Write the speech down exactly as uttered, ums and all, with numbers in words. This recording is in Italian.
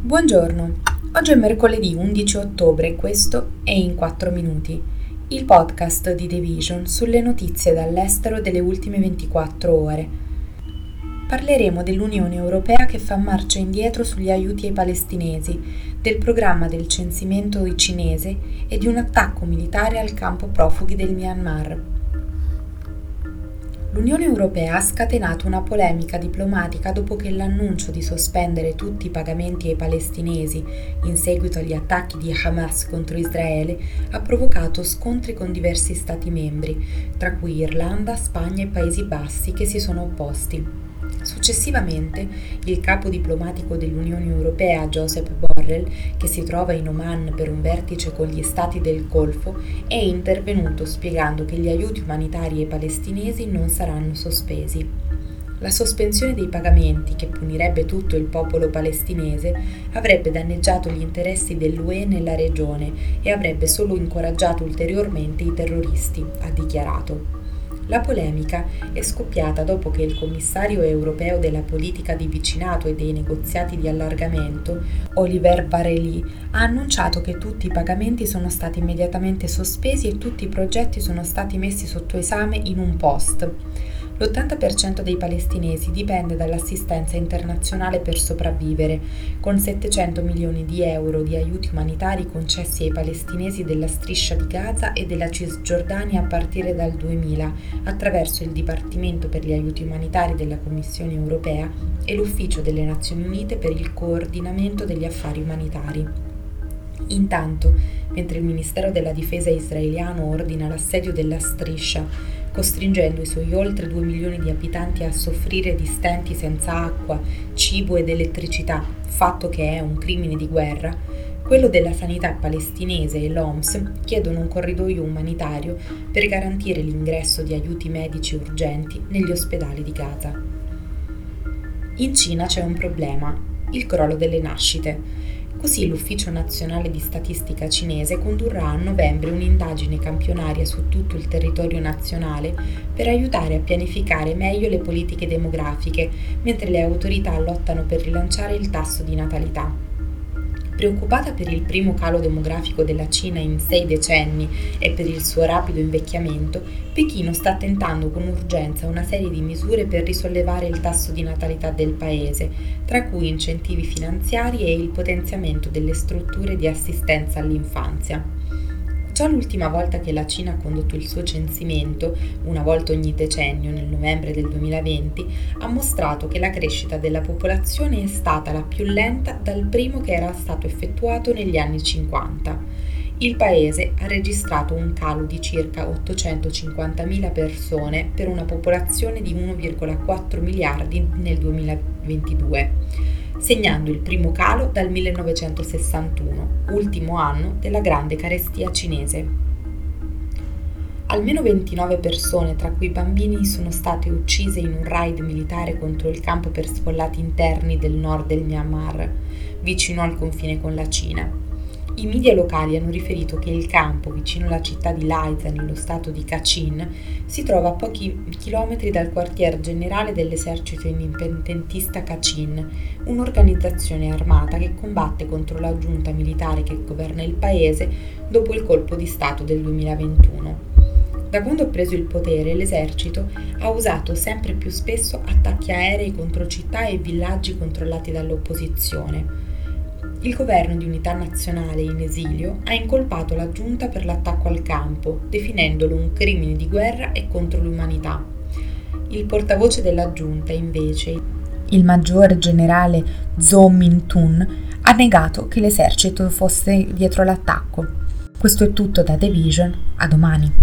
Buongiorno, oggi è mercoledì undici ottobre e questo è In quattro minuti, il podcast di The Vision sulle notizie dall'estero delle ultime ventiquattro ore. Parleremo dell'Unione Europea che fa marcia indietro sugli aiuti ai palestinesi, del programma del censimento cinese e di un attacco militare al campo profughi del Myanmar. L'Unione Europea ha scatenato una polemica diplomatica dopo che l'annuncio di sospendere tutti i pagamenti ai palestinesi in seguito agli attacchi di Hamas contro Israele ha provocato scontri con diversi Stati membri, tra cui Irlanda, Spagna e Paesi Bassi, che si sono opposti. Successivamente, il capo diplomatico dell'Unione Europea, Josep Borrell, che si trova in Oman per un vertice con gli Stati del Golfo, è intervenuto spiegando che gli aiuti umanitari ai palestinesi non saranno sospesi. La sospensione dei pagamenti, che punirebbe tutto il popolo palestinese, avrebbe danneggiato gli interessi dell'U E nella regione e avrebbe solo incoraggiato ulteriormente i terroristi, ha dichiarato. La polemica è scoppiata dopo che il commissario europeo della politica di vicinato e dei negoziati di allargamento, Oliver Várhelyi, ha annunciato che tutti i pagamenti sono stati immediatamente sospesi e tutti i progetti sono stati messi sotto esame in un post. L'ottanta per cento dei palestinesi dipende dall'assistenza internazionale per sopravvivere, con settecento milioni di euro di aiuti umanitari concessi ai palestinesi della striscia di Gaza e della Cisgiordania a partire dal duemila, attraverso il Dipartimento per gli aiuti umanitari della Commissione europea e l'Ufficio delle Nazioni Unite per il coordinamento degli affari umanitari. Intanto, mentre il Ministero della Difesa israeliano ordina l'assedio della striscia, costringendo i suoi oltre due milioni di abitanti a soffrire di stenti senza acqua, cibo ed elettricità, fatto che è un crimine di guerra, quello della sanità palestinese e l'O M S chiedono un corridoio umanitario per garantire l'ingresso di aiuti medici urgenti negli ospedali di Gaza. In Cina c'è un problema: il crollo delle nascite. Così l'Ufficio Nazionale di Statistica cinese condurrà a novembre un'indagine campionaria su tutto il territorio nazionale per aiutare a pianificare meglio le politiche demografiche, mentre le autorità lottano per rilanciare il tasso di natalità. Preoccupata per il primo calo demografico della Cina in sei decenni e per il suo rapido invecchiamento, Pechino sta tentando con urgenza una serie di misure per risollevare il tasso di natalità del paese, tra cui incentivi finanziari e il potenziamento delle strutture di assistenza all'infanzia. Già l'ultima volta che la Cina ha condotto il suo censimento, una volta ogni decennio nel novembre del duemilaventi, ha mostrato che la crescita della popolazione è stata la più lenta dal primo che era stato effettuato negli anni cinquanta. Il paese ha registrato un calo di circa ottocentocinquantamila persone per una popolazione di uno virgola quattro miliardi nel duemilaventidue. Segnando il primo calo dal millenovecentosessantuno, ultimo anno della grande carestia cinese. Almeno ventinove persone, tra cui bambini, sono state uccise in un raid militare contro il campo per sfollati interni del nord del Myanmar, vicino al confine con la Cina. I media locali hanno riferito che il campo, vicino alla città di Laiza, nello stato di Kachin, si trova a pochi chilometri dal quartier generale dell'esercito indipendentista Kachin, un'organizzazione armata che combatte contro la giunta militare che governa il paese dopo il colpo di stato del duemilaventuno. Da quando ha preso il potere, l'esercito ha usato sempre più spesso attacchi aerei contro città e villaggi controllati dall'opposizione. Il governo di unità nazionale in esilio ha incolpato la giunta per l'attacco al campo, definendolo un crimine di guerra e contro l'umanità. Il portavoce della giunta, invece, il maggiore generale Zo Min-tun, ha negato che l'esercito fosse dietro l'attacco. Questo è tutto da The Vision, a domani.